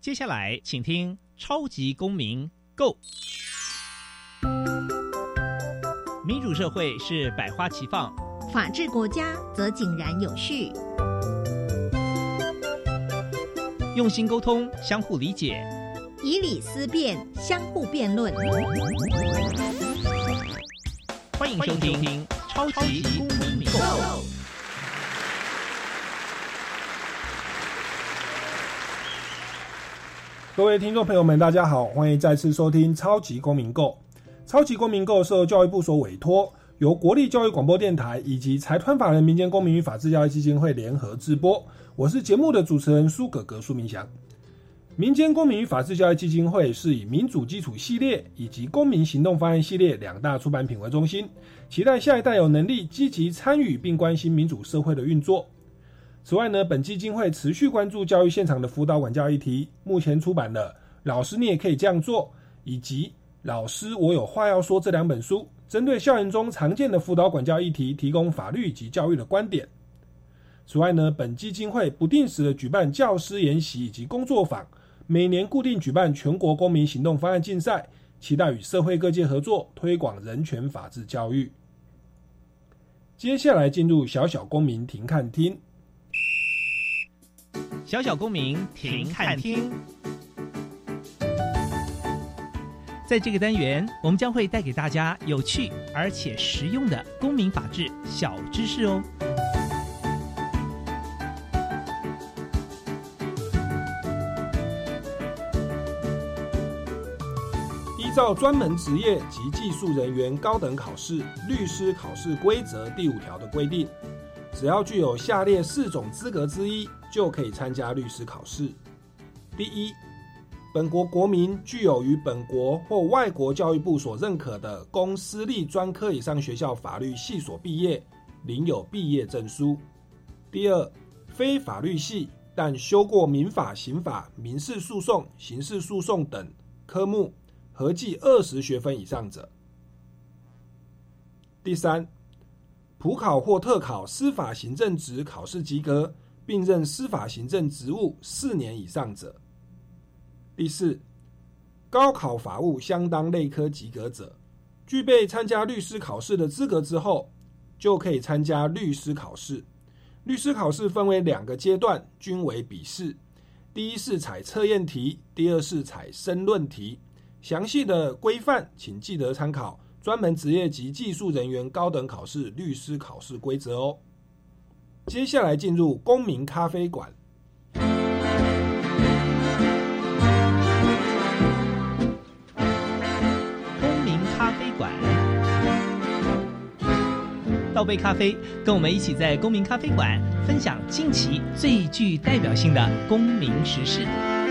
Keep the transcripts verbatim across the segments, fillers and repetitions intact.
接下来请听超级公民 Go。 民主社会是百花齐放， 法治国家则井然有序。 用心沟通，相互理解， 以理思辨，相互辩论。 欢迎收听超级公民 Go。 各位听众朋友们大家好，欢迎再次收听超级公民 Go。 超级公民 Go 是由教育部所委托，由国立教育广播电台以及财团法人民间公民与法治教育基金会联合制播。我是节目的主持人苏哥哥苏明祥。民间公民与法治教育基金会是以民主基础系列以及公民行动方案系列两大出版品为中心，期待下一代有能力积极参与并关心民主社会的运作。此外呢，本基金会持续关注教育现场的辅导管教议题，目前出版了《老师你也可以这样做》以及《老师我有话要说》这两本书，针对校园中常见的辅导管教议题提供法律及教育的观点。此外呢，本基金会不定时的举办教师研习以及工作坊，每年固定举办全国公民行动方案竞赛，期待与社会各界合作，推广人权法治教育。接下来进入小小公民庭看厅。 小小公民庭看厅，在这个单元，我们将会带给大家有趣而且实用的公民法治小知识哦。 依照专门职业及技术人员高等考试律师考试规则第五条的规定，只要具有下列四种资格之一，就可以参加律师考试。第一，本国国民具有于本国或外国教育部所认可的公私立专科以上学校法律系所毕业，领有毕业证书。第二，非法律系但修过民法、刑法、民事诉讼、刑事诉讼等科目，合计二十学分以上者。第三，普考或特考司法行政职考试及格，并任司法行政职务四年以上者。第四，高考法务相当类科及格者，具备参加律师考试的资格之后，就可以参加律师考试。律师考试分为两个阶段，均为笔试。第一是采测验题，第二是采申论题。详细的规范请记得参考专门职业及技术人员高等考试律师考试规则哦。接下来进入公民咖啡馆。 公民咖啡馆，倒杯咖啡，跟我们一起在公民咖啡馆分享近期最具代表性的公民时事。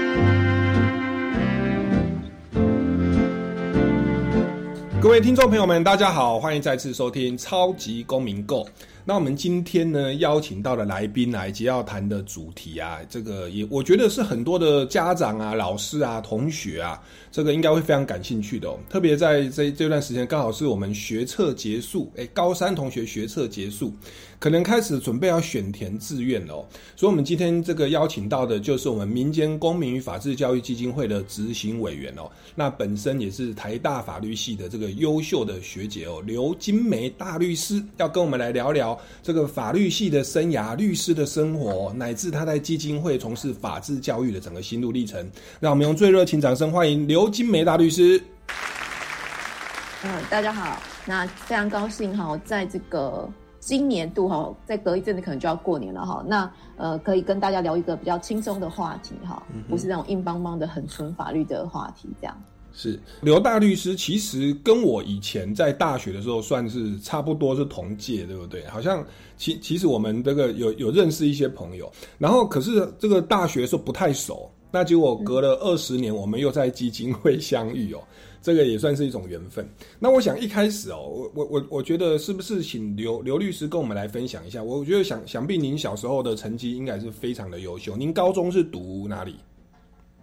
各位听众朋友们大家好，欢迎再次收听超级公民 Go。 那我们今天呢邀请到的来宾来及要谈的主题啊，这个也我觉得是很多的家长啊、老师啊、同学啊，这个应该会非常感兴趣的哦。特别在这这段时间刚好是我们学测结束，诶高三同学学测结束，可能开始准备要选填志愿了哦。所以我们今天这个邀请到的就是我们民间公民与法治教育基金会的执行委员哦，那本身也是台大法律系的这个优秀的学姐哦，刘金梅大律师，要跟我们来聊聊这个法律系的生涯、律师的生活，乃至他在基金会从事法治教育的整个心路历程。让我们用最热情掌声欢迎刘金梅大律师。 嗯，大家好，那非常高兴哈，在这个今年度哈，再隔一阵子可能就要过年了哈，那呃可以跟大家聊一个比较轻松的话题哈，不是那种硬邦邦的很纯法律的话题这样。 是刘大律师，其实跟我以前在大学的时候算是差不多是同届，对不对？好像其其实我们这个有有认识一些朋友，然后可是这个大学的时候不太熟，那结果隔了二十年，我们又在基金会相遇哦，这个也算是一种缘分。那我想一开始哦，我我我我觉得是不是请刘刘律师跟我们来分享一下？我觉得想想必您小时候的成绩应该是非常的优秀，您高中是读哪里？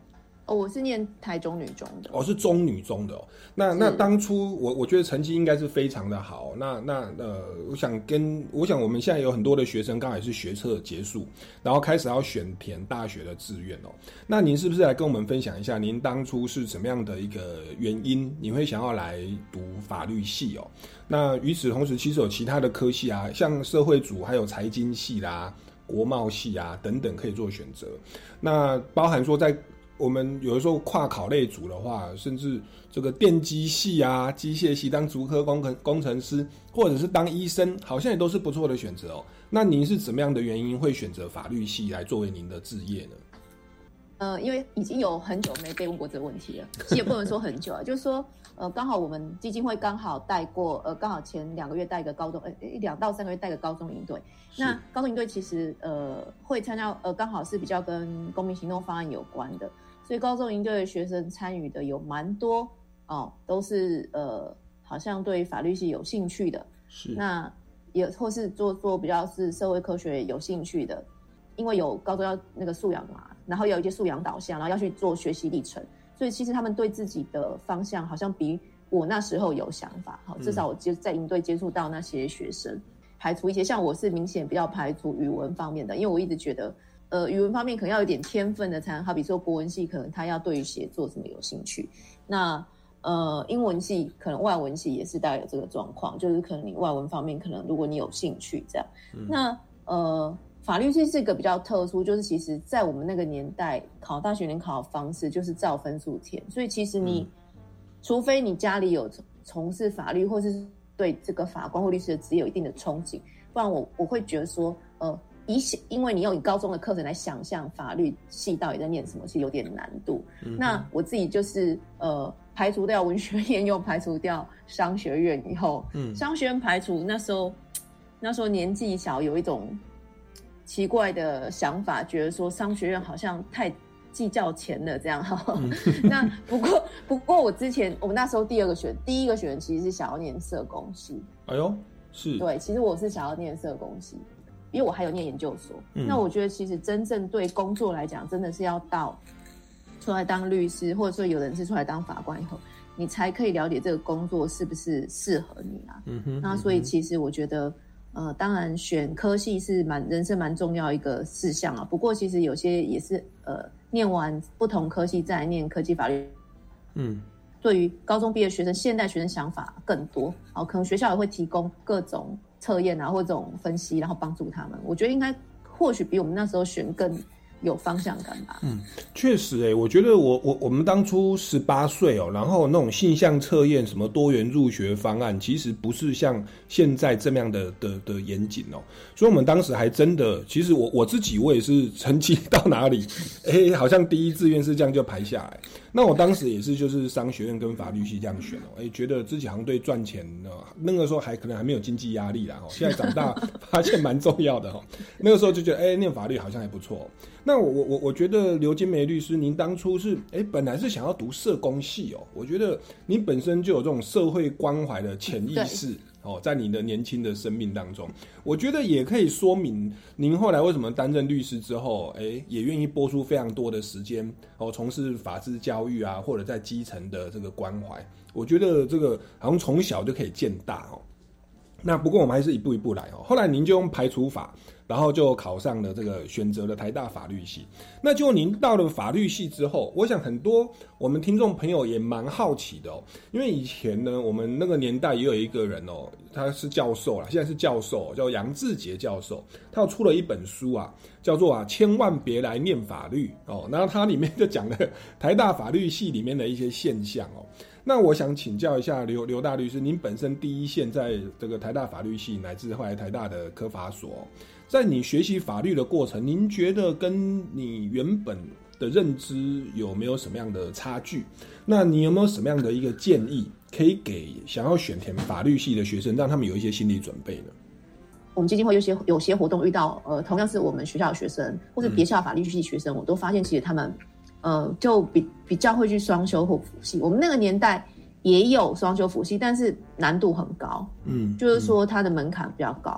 哦，我是念台中女中的。 哦，是中女中的哦。那那当初我我觉得成绩应该是非常的好。那那呃，我想跟我想我们现在有很多的学生刚好也是学测结束，然后开始要选填大学的志愿哦。那您是不是来跟我们分享一下，您当初是怎么样的一个原因，你会想要来读法律系哦？那与此同时，其实有其他的科系啊，像社会组还有财经系啦、国贸系啊等等可以做选择。那包含说在我们有的时候跨考类组的话，甚至这个电机系啊、机械系当竹科工程工程师，或者是当医生，好像也都是不错的选择哦。那您是怎么样的原因会选择法律系来作为您的志业呢？ 呃，因为已经有很久没被问过这个问题了，其实也不能说很久啊，就是说，呃，刚好我们基金会刚好带过，呃，刚好前两个月带一个高中，呃，两到三个月带个高中营队。那高中营队其实呃会参加，呃，刚好是比较跟公民行动方案有关的。所以高中营队的学生参与的有蛮多哦，都是呃，好像对法律系有兴趣的， 是那也或是做做比较是社会科学有兴趣的，因为有高中要那个素养嘛，然后要有一些素养导向，然后要去做学习历程，所以其实他们对自己的方向好像比我那时候有想法，好，至少我接在营队接触到那些学生，排除一些像我是明显比较排除语文方面的，因为我一直觉得。呃，语文方面可能要有点天分的才能，好比说国文系可能他要对于写作什么有兴趣，那呃英文系可能外文系也是大概有这个状况，就是可能你外文方面可能如果你有兴趣这样，嗯、那呃法律系是一个比较特殊，就是其实在我们那个年代考大学联考的方式就是照分数填，所以其实你、嗯、除非你家里有从事法律或是对这个法官或律师的职业有一定的憧憬，不然我我会觉得说呃。因为你用以高中的课程来想象法律系到底在念什么，其实有点难度。嗯、那我自己就是呃排除掉文学院，又排除掉商学院以后，嗯、商学院排除那时候那时候年纪小，有一种奇怪的想法，觉得说商学院好像太计较钱了这样。嗯、那不过不过我之前我们那时候第二个选第一个选其实是想要念社工系。 哎呦，是对，其实我是想要念社工系。因为我还有念研究所，嗯、那我觉得其实真正对工作来讲，真的是要到出来当律师，或者说有人是出来当法官以后，你才可以了解这个工作是不是适合你啊。嗯哼，那所以其实我觉得，呃，当然选科系是蛮人生蛮重要一个事项啊。不过其实有些也是呃，念完不同科系再来念科技法律，嗯，对于高中毕业学生，现代学生想法更多，好，可能学校也会提供各种。测验啊，或这种分析，然后帮助他们，我觉得应该或许比我们那时候选更有方向感吧。 嗯，确实诶、欸，我觉得我我我们当初十八岁哦，然后那种性向测验什么多元入学方案，其实不是像现在这么样的的的严谨哦，所以我们当时还真的，其实我我自己我也是成绩到哪里，哎、欸，好像第一志愿是这样就排下来。那我当时也是就是商学院跟法律系这样选哦，哎，觉得自己好像对赚钱呢，那个时候还可能还没有经济压力啦，现在长大发现蛮重要的哈。那个时候就觉得哎，念法律好像还不错。那我我我我觉得刘金梅律师，您当初是哎本来是想要读社工系哦，我觉得您本身就有这种社会关怀的潜意识。哦，在你的年轻的生命当中，我觉得也可以说明您后来为什么担任律师之后，哎，也愿意拨出非常多的时间哦，从事法治教育啊，或者在基层的这个关怀。我觉得这个好像从小就可以见大哦。那不过我们还是一步一步来哦。后来您就用排除法，然后就考上了这个选择了台大法律系。那就您到了法律系之后，我想很多我们听众朋友也蛮好奇的哦，因为以前呢，我们那个年代也有一个人哦，他是教授啦，现在是教授，叫杨志杰教授，他出了一本书啊，叫做啊千万别来念法律哦，然后他里面就讲了台大法律系里面的一些现象哦。那我想请教一下刘刘大律师，您本身第一线在这个台大法律系乃至后来台大的科法所，在你学习法律的过程，您觉得跟你原本的认知有没有什么样的差距？那你有没有什么样的一个建议，可以给想要选填法律系的学生，让他们有一些心理准备呢？ 我们基金会有些有些活动遇到，呃，同样是我们学校的学生，或是别校法律系学生，嗯、我都发现其实他们。呃，就比比较会去双修或辅系。我们那个年代也有双修辅系，但是难度很高。嗯，就是说它的门槛比较高。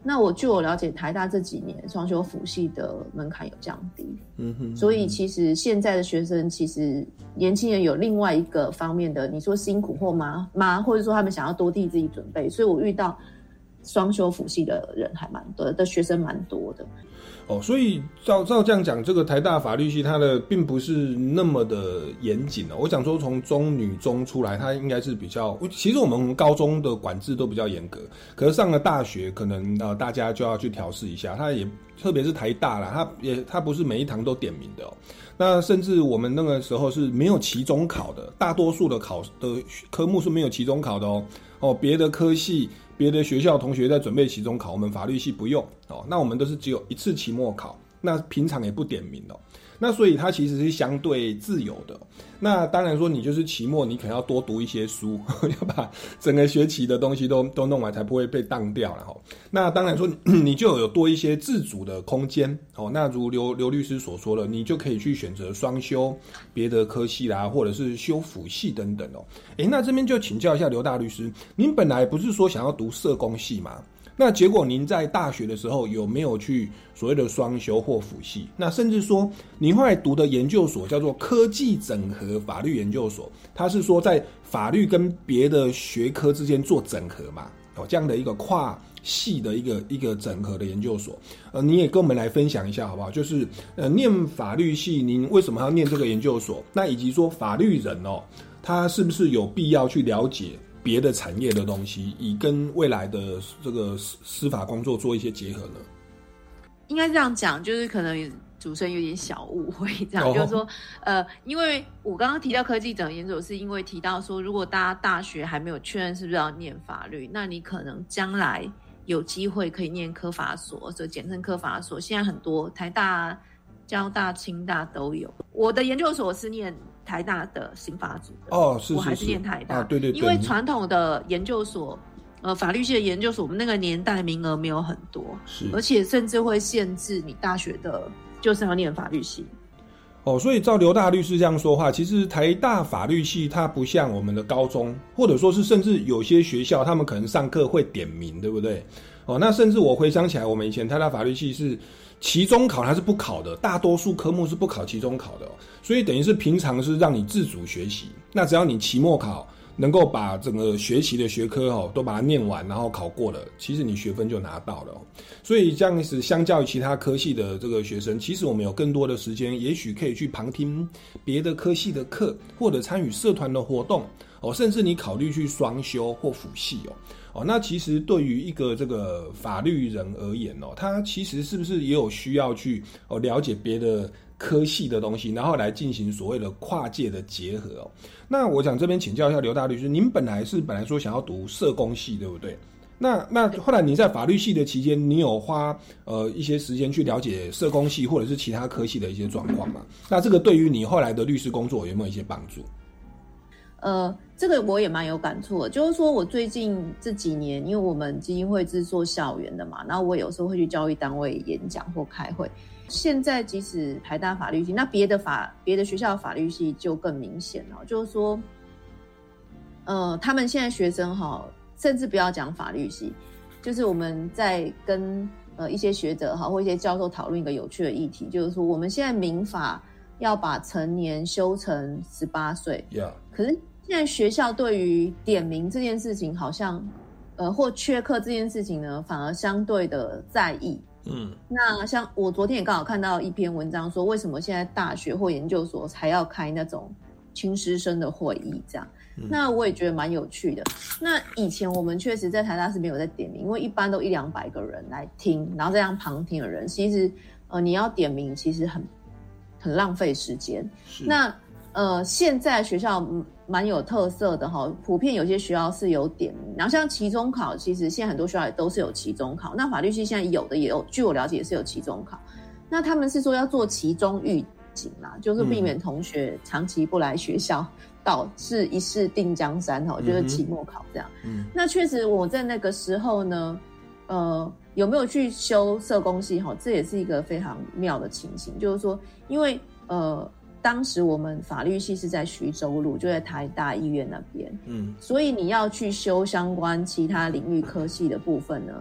那我据我了解，台大这几年双修辅系的门槛有降低，嗯哼，所以其实现在的学生，其实年轻人有另外一个方面的，你说辛苦或麻麻，或者说他们想要多替自己准备，所以我遇到双修辅系的人还蛮多的，学生蛮多的。 哦，所以照照这样讲，这个台大法律系它的并不是那么的严谨哦。我想说，从中女中出来，它应该是比较，其实我们高中的管制都比较严格，可是上了大学，可能呃大家就要去调试一下。它也特别是台大啦，它也它不是每一堂都点名的哦。那甚至我们那个时候是没有期中考的，大多数的考的科目是没有期中考的哦。哦，别的科系。别的学校同学在准备期中考，我们法律系不用哦。那我们都是只有一次期末考，那平常也不点名哦。那所以它其实是相对自由的。那当然说，你就是期末，你可能要多读一些书，要把整个学期的东西都都弄完，才不会被当掉了哈。那当然说，你就有多一些自主的空间哦。那如刘刘律师所说的，你就可以去选择双修别的科系啦，或者是修辅系等等哦。诶，那这边就请教一下刘大律师，您本来不是说想要读社工系吗？那结果您在大学的时候有没有去所谓的双修或辅系？那甚至说您后来读的研究所叫做科技整合法律研究所，它是说在法律跟别的学科之间做整合嘛？哦，这样的一个跨系的一个一个整合的研究所，呃，你也跟我们来分享一下好不好？就是呃，念法律系，您为什么要念这个研究所？那以及说法律人哦，他是不是有必要去了解别的产业的东西，以跟未来的这个司法工作做一些结合呢？ 应该这样讲，就是可能主持人有点小误会，这样、哦、就是说，呃，因为我刚刚提到科技整合研究所，是因为提到说，如果大家大学还没有确认是不是要念法律，那你可能将来有机会可以念科法所，或者简称科法所。现在很多台大、交大、清大都有。我的研究所是念台大的刑法组的哦，是是是， 我还是念台大， 啊、对对对， 因为传统的研究所。呃，法律系的研究所，我们那个年代名额没有很多， 是， 而且甚至会限制你大学的就是要念法律系。 哦，所以照刘大律师这样说话，其实台大法律系它不像我们的高中，或者说是甚至有些学校，他们可能上课会点名，对不对？哦，那甚至我回想起来，我们以前台大法律系是期中考它是不考的，大多数科目是不考期中考的、哦，所以等于是平常是让你自主学习，那只要你期末考能够把整个学期的学科哦都把它念完，然后考过了，其实你学分就拿到了、哦。所以这样子，相较于其他科系的这个学生，其实我们有更多的时间，也许可以去旁听别的科系的课，或者参与社团的活动哦，甚至你考虑去双修或辅系哦。哦，那其实对于一个这个法律人而言哦，他其实是不是也有需要去哦了解别的科系的东西，然后来进行所谓的跨界的结合哦。那我想这边请教一下刘大律师，您本来是本来说想要读社工系，对不对？那那后来你在法律系的期间，你有花呃一些时间去了解社工系或者是其他科系的一些状况吗？那这个对于你后来的律师工作有没有一些帮助？ 呃，这个我也蛮有感触的，就是说我最近这几年，因为我们基金会是做校园的嘛，然后我有时候会去教育单位演讲或开会。现在即使台大法律系，那别的法别的学校的法律系就更明显了，就是说，呃，他们现在学生哈，甚至不要讲法律系，就是我们在跟呃一些学者哈或一些教授讨论一个有趣的议题，就是说我们现在民法要把成年修成十八岁， yeah. 可是现在学校对于点名这件事情，好像呃或缺课这件事情呢，反而相对的在意。嗯，那像我昨天也刚好看到一篇文章说，为什么现在大学或研究所还要开那种亲师生的会议这样、嗯、那我也觉得蛮有趣的。那以前我们确实在台大是没有在点名，因为一般都一两百个人来听，然后这样旁听的人，其实呃你要点名其实很很浪费时间。那呃现在学校蛮有特色的哈，普遍有些学校是有点名，然后像期中考，其实现在很多学校也都是有期中考。那法律系现在有的也有，据我了解也是有期中考。那他们是说要做期中预警啦，就是避免同学长期不来学校，导致一试定江山哈，就是期末考这样。嗯、那确实我在那个时候呢，呃，有没有去修社工系哈，这也是一个非常妙的情形，就是说，因为呃。当时我们法律系是在徐州路，就在台大医院那边，嗯，所以你要去修相关其他领域科系的部分呢，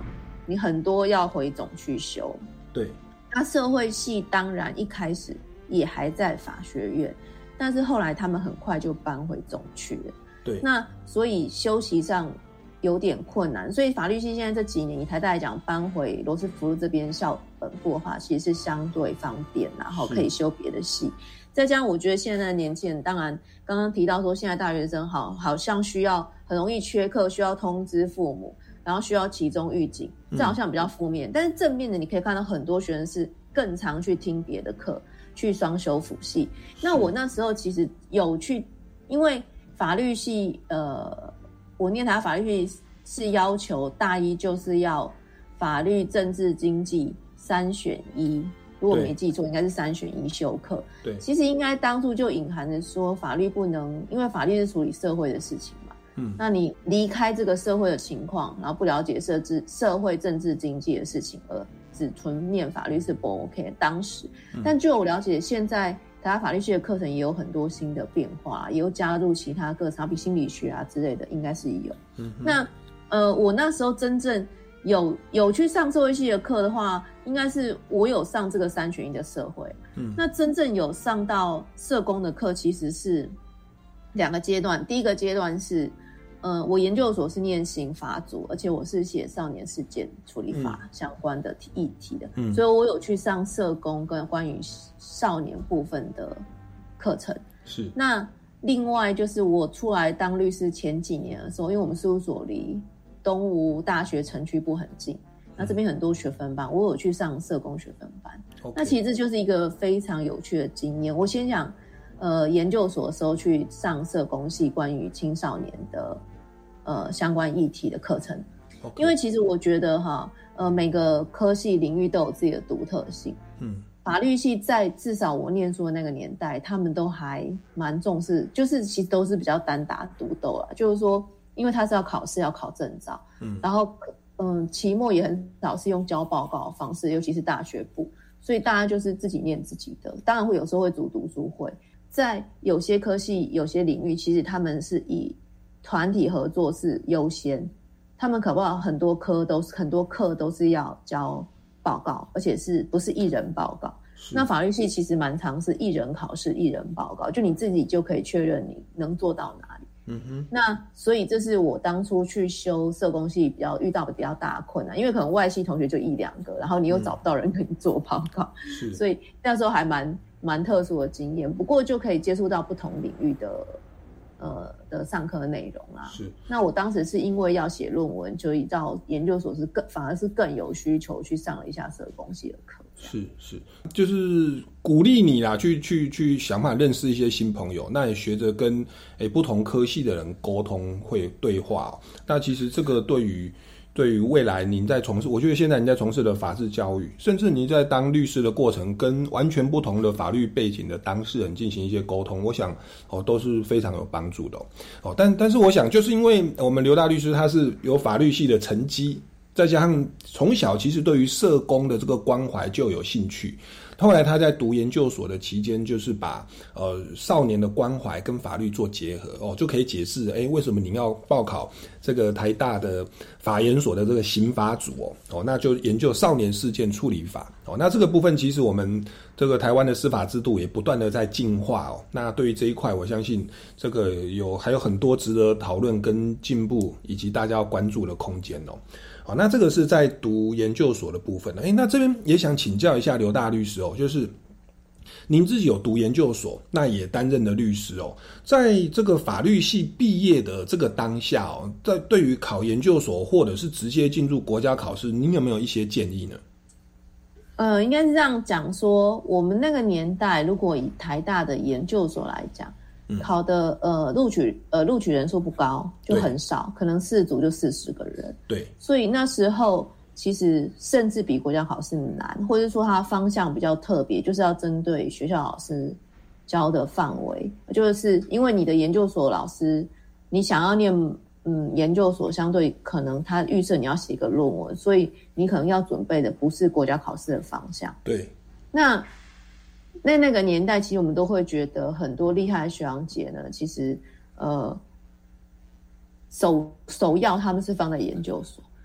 你很多要回总去修。 对， 那社会系当然一开始也还在法学院，但是后来他们很快就搬回总去了。 对， 那所以修习上有点困难，所以法律系现在这几年以台大来讲搬回罗斯福路这边校本部的话，其实是相对方便，然后可以修别的系。再加上我觉得现在的年轻人，当然刚刚提到说现在大学生好好像需要很容易缺课，需要通知父母，然后需要期中预警，这好像比较负面、嗯、但是正面的你可以看到很多学生是更常去听别的课，去双修辅系。那我那时候其实有去，因为法律系呃我念台法律系是要求大一就是要法律政治经济三选一，如果没记错应该是三选一修课。对，其实应该当初就隐含着说法律不能，因为法律是处理社会的事情嘛，嗯，那你离开这个社会的情况，然后不了解社治社会政治经济的事情而只纯念法律是不 OK 的当时、嗯、但据我了解现在台大法律系的课程也有很多新的变化，也有加入其他课程，比心理学啊之类的，应该是有。嗯、那呃，我那时候真正有有去上社会系的课的话，应该是我有上这个三选一的社会。嗯，那真正有上到社工的课，其实是两个阶段。第一个阶段是，呃，我研究所是念刑法组，而且我是写少年事件处理法相关的议题的，嗯、所以我有去上社工跟关于少年部分的课程。是。那另外就是我出来当律师前几年的时候，因为我们事务所离东吴大学城区部很近，那这边很多学分班，我有去上社工学分班。Okay. 那其实这就是一个非常有趣的经验。我先讲，呃，研究所的时候去上社工系关于青少年的呃相关议题的课程。Okay. 因为其实我觉得哈，呃，每个科系领域都有自己的独特性。嗯。法律系在至少我念书的那个年代，他们都还蛮重视，就是其实都是比较单打独斗啦，就是说因为他是要考试要考证照，嗯，然后嗯期末也很少是用交报告的方式，尤其是大学部，所以大家就是自己念自己的，当然会有时候会组读书会。在有些科系有些领域，其实他们是以团体合作是优先，他们可不好很多科都是很多课都是要交报告，而且是不是一人报告。那法律系其实蛮常是一人考试一人报告，就你自己就可以确认你能做到哪里。嗯哼。那所以这是我当初去修社工系比较遇到的比较大的困难，因为可能外系同学就一两个，然后你又找不到人跟你做报告，嗯、所以那时候还蛮蛮特殊的经验。不过就可以接触到不同领域的呃的上课内容啦。是。那我当时是因为要写论文，所以到研究所是更反而是更有需求去上了一下社工系的课。 是是，就是鼓励你啦，去去去想办法认识一些新朋友，那也学着跟诶不同科系的人沟通会对话、哦。那其实这个对于对于未来您在从事，我觉得现在您在从事的法治教育，甚至您在当律师的过程，跟完全不同的法律背景的当事人进行一些沟通，我想哦都是非常有帮助的哦。哦但但是我想，就是因为我们刘大律师他是有法律系的成绩。再加上从小其实对于社工的这个关怀就有兴趣，后来他在读研究所的期间，就是把呃少年的关怀跟法律做结合哦，就可以解释诶为什么你要报考这个台大的法研所的这个刑法组哦哦，那就研究少年事件处理法哦，那这个部分其实我们这个台湾的司法制度也不断的在进化哦，那对于这一块我相信这个有还有很多值得讨论跟进步以及大家要关注的空间哦。好，那这个是在读研究所的部分。诶，那这边也想请教一下刘大律师哦，就是您自己有读研究所，那也担任了律师哦，在这个法律系毕业的这个当下哦，在对于考研究所或者是直接进入国家考试，您有没有一些建议呢？ 呃，应该是这样讲说，我们那个年代，如果以台大的研究所来讲，考的呃录取呃录取人数不高，就很少，可能四组就四十个人。对，所以那时候其实甚至比国家考试难，或者说它方向比较特别，就是要针对学校老师教的范围，就是因为你的研究所老师，你想要念嗯研究所，相对可能他预设你要写一个论文，所以你可能要准备的不是国家考试的方向。对，那。那那个年代，其实我们都会觉得很多厉害的学长姐呢，其实呃首首要他们是放在研究所。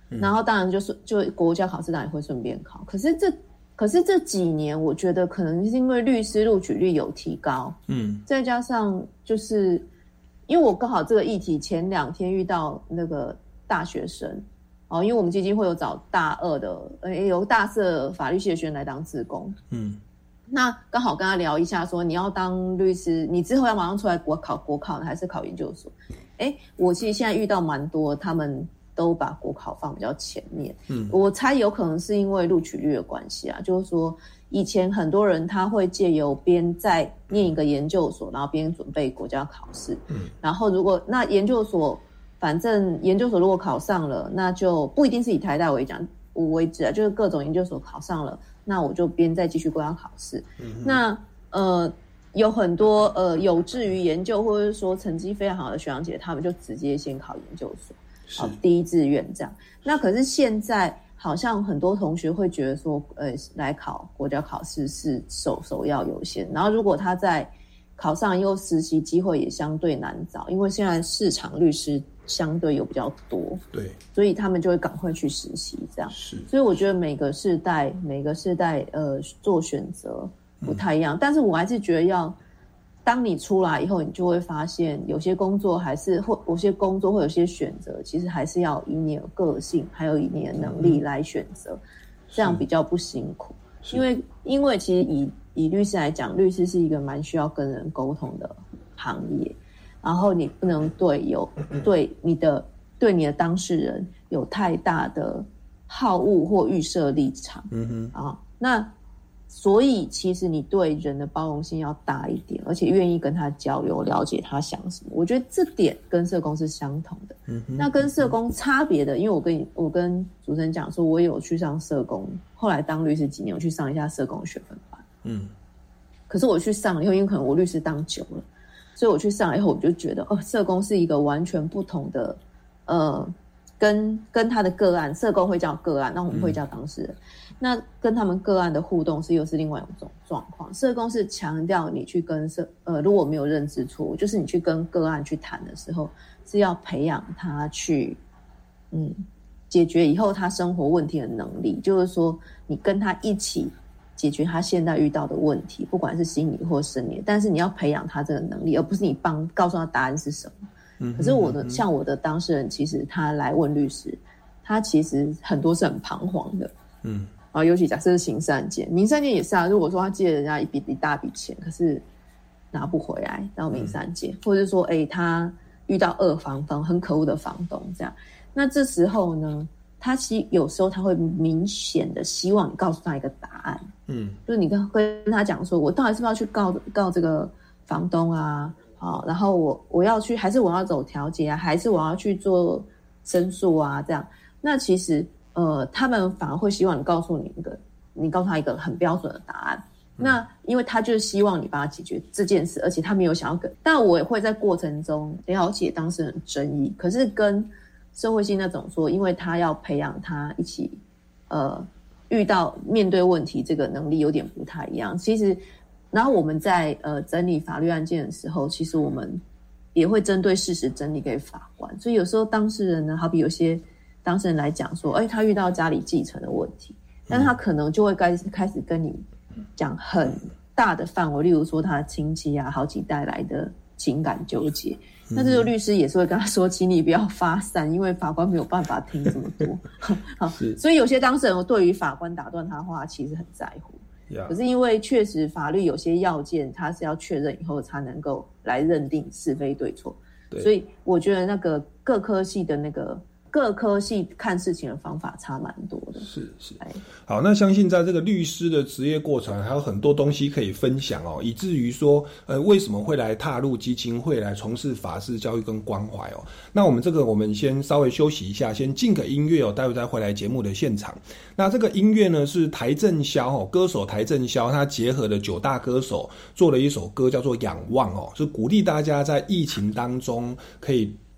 嗯、然后当然就是就国家考试当然也会顺便考，可是这可是这几年我觉得可能是因为律师录取率有提高，嗯，再加上就是因为我刚好这个议题前两天遇到那个大学生哦，因为我们基金会有找大二的，呃，有大四的法律系的学生来当志工，嗯，那刚好跟他聊一下说，你要当律师，你之后要马上出来国考国考呢，还是考研究所？哎，我其实现在遇到蛮多，他们都把国考放比较前面，嗯，我猜有可能是因为录取率的关系啊，就是说以前很多人他会借由边在念一个研究所，然后边准备国家考试，嗯，然后如果那研究所，反正研究所如果考上了，那就不一定是以台大为讲为止啊，就是各种研究所考上了，那我就边再继续国家考试，嗯，那呃。有很多呃有志于研究或者是说成绩非常好的学长姐，他们就直接先考研究所，好第一志愿这样。那可是现在好像很多同学会觉得说，呃，来考国家考试是首首要优先。然后如果他在考上以后，实习机会也相对难找，因为现在市场律师相对有比较多， 对， 所以他们就会赶快去实习这样。是，所以我觉得每个世代每个世代呃做选择不太一样，嗯，但是我还是觉得要，当你出来以后，你就会发现有些工作还是或有些工作或有些选择，其实还是要以你的个性还有以你的能力来选择，嗯，这样比较不辛苦。因为因为其实以以律师来讲，律师是一个蛮需要跟人沟通的行业，然后你不能对有对你的对你的当事人有太大的好恶或预设立场，嗯哼啊，那。所以其实你对人的包容性要大一点，而且愿意跟他交流，了解他想什么。我觉得这点跟社工是相同的。嗯，那跟社工差别的，因为我跟我跟主持人讲说，我有去上社工，后来当律师几年，我去上一下社工学分班。嗯，可是我去上了以后，因为可能我律师当久了，所以我去上了以后，我就觉得哦，社工是一个完全不同的，呃。跟跟他的个案，社工会叫个案，那我们会叫当事人。嗯，那跟他们个案的互动是又是另外一种状况。社工是强调你去跟社呃，如果没有认知错误，就是你去跟个案去谈的时候，是要培养他去嗯解决以后他生活问题的能力，就是说你跟他一起解决他现在遇到的问题，不管是心理或生理，但是你要培养他这个能力，而不是你帮告诉他答案是什么。可是我的、嗯、像我的当事人，其实他来问律师，他其实很多是很彷徨的，嗯，啊，尤其假设是刑事案件，民事案件也是啊。如果说他借人家一笔一大笔钱，可是拿不回来到民事案件，嗯，或者说，哎、欸，他遇到二房东很可恶的房东这样，那这时候呢，他其实有时候他会明显的希望你告诉他一个答案，嗯，就是你跟跟他讲说，我到底是不是要去告告这个房东啊？好，然后我我要去，还是我要走调解啊，还是我要去做申诉啊？这样，那其实呃，他们反而会希望你告诉你一个，你告诉他一个很标准的答案。嗯，那因为他就是希望你帮他解决这件事，而且他没有想要跟，但我也会在过程中了解当事人的争议。可是跟社会性那种说，因为他要培养他一起呃遇到面对问题这个能力有点不太一样。其实。然后我们在呃整理法律案件的时候，其实我们也会针对事实整理给法官。所以有时候当事人呢，好比有些当事人来讲说，哎，他遇到家里继承的问题，但他可能就会开始开始跟你讲很大的范围，例如说他的亲戚啊，好几代来的情感纠结。那这个律师也是会跟他说，请你不要发散，因为法官没有办法听这么多。好，所以有些当事人对于法官打断他的话，其实很在乎。可是因为确实法律有些要件，它是要确认以后才能够来认定是非对错，对，所以我觉得那个各科系的那个各科系看事情的方法差蛮多的。 是是，好，那相信在这个律师的职业过程还有很多东西可以分享哦，以至于说呃为什么会来踏入基金会来从事法治教育跟关怀哦。那我们这个我们先稍微休息一下，先进个音乐哦，待会再回来节目的现场。那这个音乐呢是邰正宵哦，歌手邰正宵他结合了九大歌手做了一首歌叫做《仰望》哦，是鼓励大家在疫情当中可以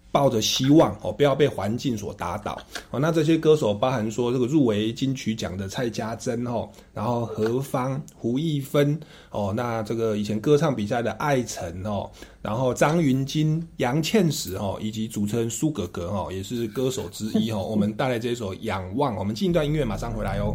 抱着希望哦，不要被环境所打倒哦。那这些歌手包含说这个入围金曲奖的蔡家珍哦，然后何方、胡一芬哦，那这个以前歌唱比赛的艾辰哦，然后张芸京、杨倩石哦，以及主持人苏格格哦，也是歌手之一哦。我们带来这首《仰望》，我们进一段音乐，马上回来哦。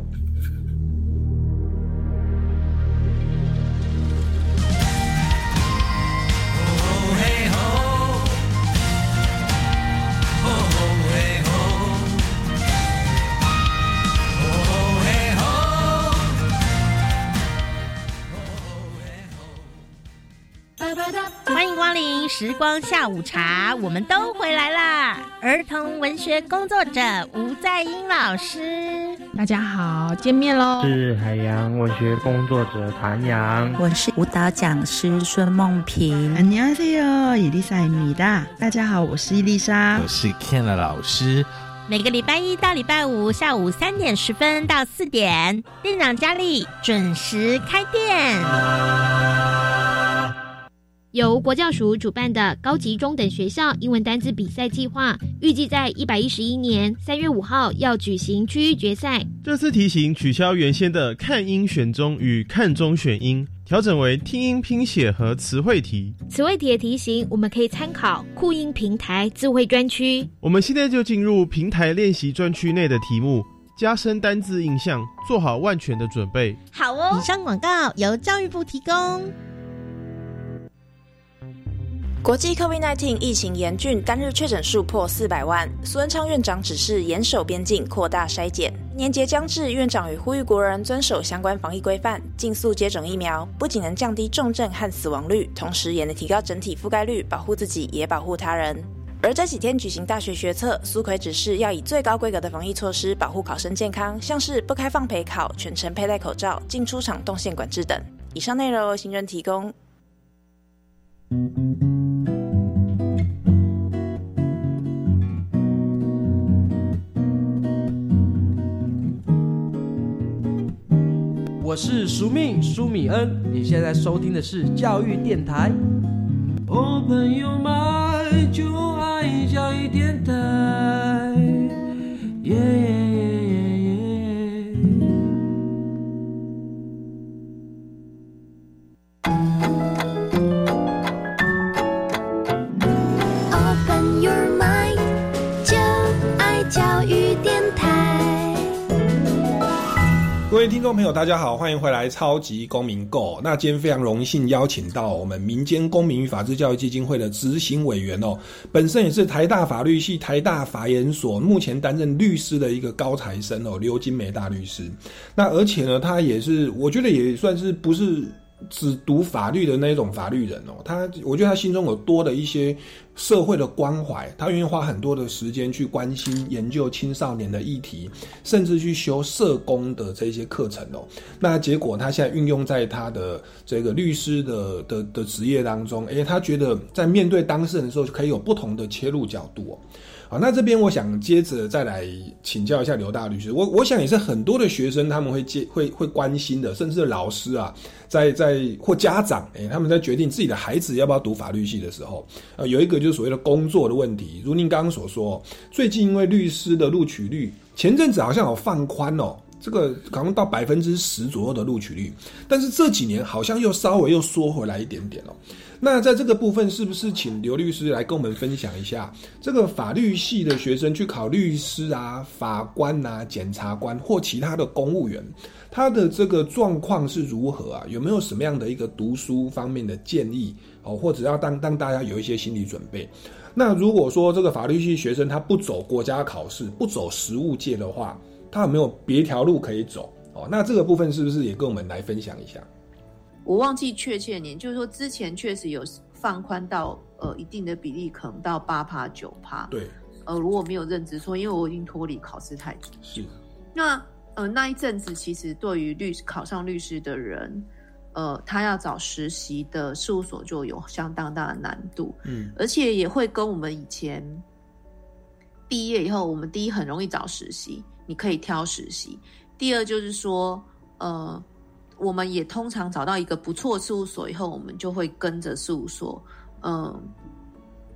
欢迎光临时光下午茶，我们都回来啦！儿童文学工作者吴在英老师， 大家好，见面喽！ 是海洋文学工作者谭阳， 我是舞蹈讲师孙梦萍。 안녕하세요，伊丽莎米达。大家好，我是伊丽莎， 我是 Ken 老师。 每个礼拜一到礼拜五下午三点十分到四点，店长佳丽准时开店。 由国教署主办的高级中等学校英文单字比赛计划，预计在一百一十一年三月五号要举行区域决赛。 这次题型取消原先的看音选中与看中选音，调整为听音拼写和词汇题。 词汇题的题型我们可以参考酷音平台智慧专区。 我们现在就进入平台练习专区内的题目，加深单字印象，做好万全的准备。 好哦。 以上广告由教育部提供。 国际 COVID 十九 疫情严峻，单日确诊数破四百万。苏文昌院长指示严守边境，扩大筛检。年节将至，院长与呼吁国人遵守相关防疫规范，尽速接种疫苗，不仅能降低重症和死亡率，同时也能提高整体覆盖率，保护自己也保护他人。而这几天举行大学学测，苏揆指示要以最高规格的防疫措施保护考生健康，像是不开放陪考、全程佩戴口罩、进出场动线管制等。以上内容由行人提供。 我是苏命苏米恩，你现在收听的是教育电台。Open your mind， 就爱教育电台。耶耶耶耶耶。 Open your mind， 就爱教育电台。 各位听众朋友大家好，欢迎回来超级公民购。那今天非常荣幸邀请到我们民间公民与法治教育基金会的执行委员哦，本身也是台大法律系台大法研所目前担任律师的一个高材生哦，刘金梅大律师。那而且呢，他也是我觉得也算是不是只读法律的那种法律人哦，他我觉得他心中有多的一些社会的关怀，他愿意花很多的时间去关心研究青少年的议题，甚至去修社工的这些课程哦。那结果他现在运用在他的这个律师的的的职业当中，诶，他觉得在面对当事人的时候可以有不同的切入角度哦。好，那这边我想接着再来请教一下刘大律师，我我想也是很多的学生他们会接会会关心的，甚至老师啊，在在或家长，诶，他们在决定自己的孩子要不要读法律系的时候，呃，有一个就是所谓的工作的问题。如您刚刚所说，最近因为律师的录取率前阵子好像有放宽哦，这个可能到百分之十左右的录取率，但是这几年好像又稍微又缩回来一点点哦。那在这个部分，是不是请刘律师来跟我们分享一下，这个法律系的学生去考律师啊、法官啊、检察官或其他的公务员，他的这个状况是如何啊？有没有什么样的一个读书方面的建议哦，或者要当当大家有一些心理准备？那如果说这个法律系学生他不走国家考试，不走实务界的话，他有没有别条路可以走哦？那这个部分是不是也跟我们来分享一下？ 我忘记确切年，就是说之前确实有放宽到呃一定的比例，可能到八趴九趴。 对， 呃，如果没有认知错，因为我已经脱离考试太久。 是。 那呃那一阵子，其实对于律考上律师的人，呃，他要找实习的事务所就有相当大的难度。嗯，而且也会跟我们以前毕业以后，我们第一很容易找实习，你可以挑实习；第二就是说，呃。我们也通常找到一个不错的事务所以后，我们就会跟着事务所，嗯，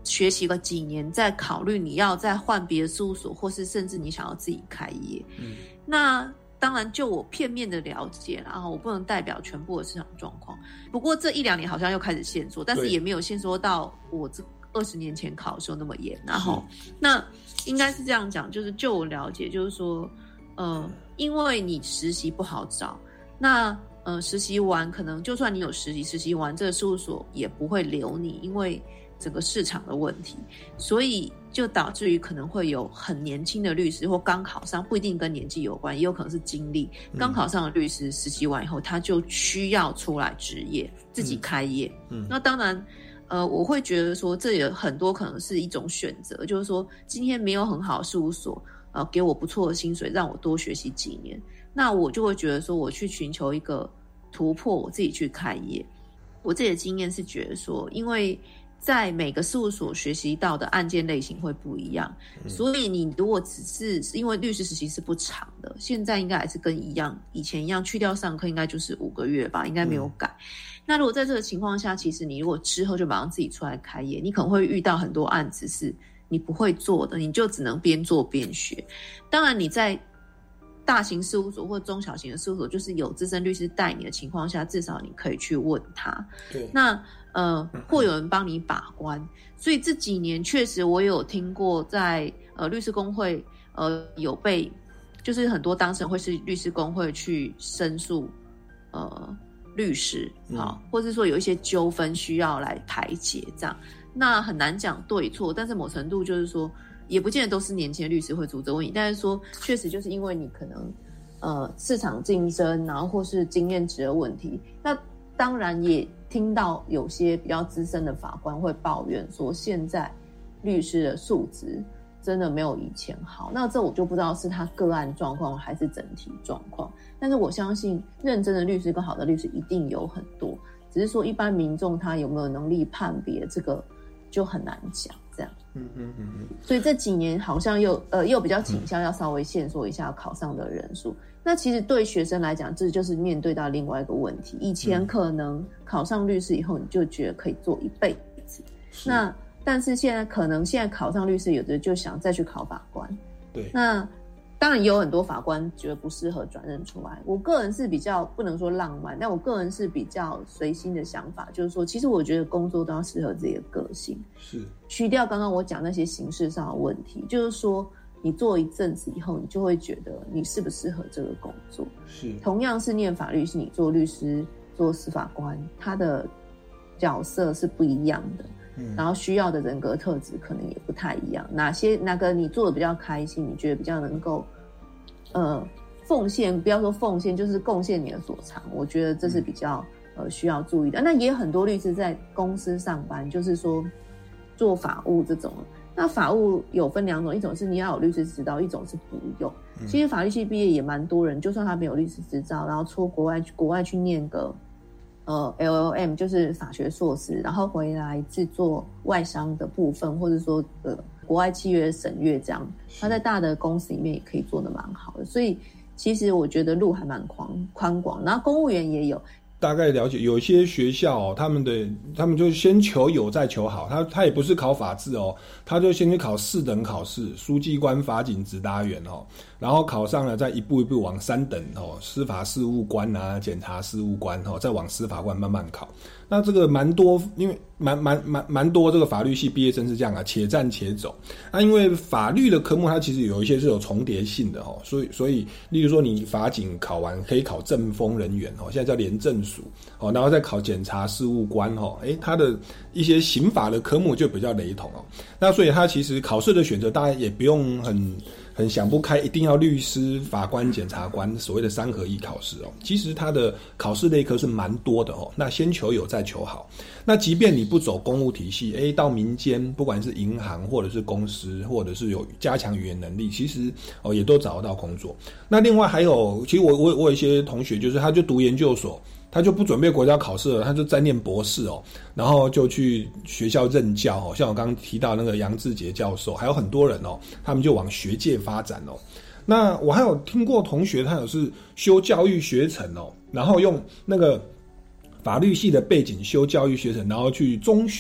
学习个几年，再考虑你要再换别的事务所，或是甚至你想要自己开业。嗯，那当然就我片面的了解，然后我不能代表全部的市场状况。不过这一两年好像又开始限缩，但是也没有限缩到我这二十年前考的时候那么严。然后那应该是这样讲，就是就我了解，就是说，呃，因为你实习不好找，那呃实习完可能就算你有实习，实习完这个事务所也不会留你，因为整个市场的问题，所以就导致于可能会有很年轻的律师或刚考上，不一定跟年纪有关，也有可能是经历。刚考上的律师实习完以后，他就需要出来执业，自己开业。嗯，那当然，呃，我会觉得说，这也很多可能是一种选择，就是说，今天没有很好的事务所，呃，给我不错的薪水，让我多学习几年，那我就会觉得说，我去寻求一个突破，我自己去开业。我自己的经验是觉得说，因为在每个事务所学习到的案件类型会不一样，嗯、所以你如果只是因为律师实习是不长的，现在应该还是跟一样以前一样，去掉上课应该就是五个月吧，应该没有改。嗯、那如果在这个情况下，其实你如果之后就马上自己出来开业，你可能会遇到很多案子是你不会做的，你就只能边做边学。当然你在大型事务所或中小型的事务所，就是有资深律师带你的情况下，至少你可以去问他。对，那呃，或有人帮你把关。所以这几年确实我有听过在呃律师公会呃有被，就是很多当事人会是律师公会去申诉呃律师，好、嗯，或是说有一些纠纷需要来排解这样。那很难讲对错，但是某程度就是说，也不见得都是年轻的律师会出这个问题，但是说确实就是因为你可能呃市场竞争，然后或是经验值的问题，那当然也听到有些比较资深的法官会抱怨说，现在律师的素质真的没有以前好。那这我就不知道是他个案状况还是整体状况，但是我相信认真的律师跟好的律师一定有很多，只是说一般民众他有没有能力判别，这个就很难讲。这样，嗯嗯嗯嗯。所以这几年好像又呃又比较倾向要稍微限缩一下考上的人数。那其实对学生来讲，这就是面对到另外一个问题。以前可能考上律师以后，你就觉得可以做一辈子。那但是现在可能现在考上律师，有的就想再去考法官。对。那当然也有很多法官觉得不适合转任出来。我个人是比较不能说浪漫，但我个人是比较随心的想法，就是说，其实我觉得工作都要适合自己的个性。是。去掉刚刚我讲那些形式上的问题，就是说，你做一阵子以后，你就会觉得你适不适合这个工作。是。同样是念法律系，你做律师、做司法官，他的角色是不一样的。嗯。然后需要的人格特质可能也不太一样。哪些哪个你做的比较开心，你觉得比较能够，呃，奉献，不要说奉献，就是贡献你的所长。我觉得这是比较呃需要注意的。那也有很多律师在公司上班，就是说做法务这种。那法务有分两种，一种是你要有律师执照，一种是不用。嗯、其实法律系毕业也蛮多人，就算他没有律师执照，然后出国外国外去念个呃 L L M， 就是法学硕士，然后回来制作外商的部分，或者说呃国外契约审阅这样，他在大的公司里面也可以做得蛮好的。所以其实我觉得路还蛮宽宽广，然后公务员也有。 大概了解，有一些学校哦，他们的他们就先求有再求好，他他也不是考法治哦，他就先去考四等考试，书记官、法警、执达员哦，然后考上了，再一步一步往三等哦，司法事务官啊、检察事务官哦，再往司法官慢慢考。那这个蛮多，因为蛮蛮蛮蛮多这个法律系毕业生是这样啊，且战且走。那因为法律的科目它其实有一些是有重叠性的哦，所以所以，例如说你法警考完可以考政风人员哦，现在叫廉政署哦，然后再考检察事务官哦，诶，它的一些刑法的科目就比较雷同哦。那所以它其实考试的选择大家也不用很。很想不开，一定要律师、法官、检察官，所谓的三合一考试哦。其实它的考试类科是蛮多的哦。那先求有，再求好。那即便你不走公务体系，诶，到民间，不管是银行或者是公司，或者是有加强语言能力，其实哦也都找得到工作。那另外还有，其实我我我有一些同学，就是他就读研究所。他就不准备国家考试了，他就在念博士哦，然后就去学校任教哦，像我刚刚提到那个杨志杰教授，还有很多人哦，他们就往学界发展哦。那我还有听过同学，他有是修教育学程哦，然后用那个法律系的背景修教育学程，然后去中学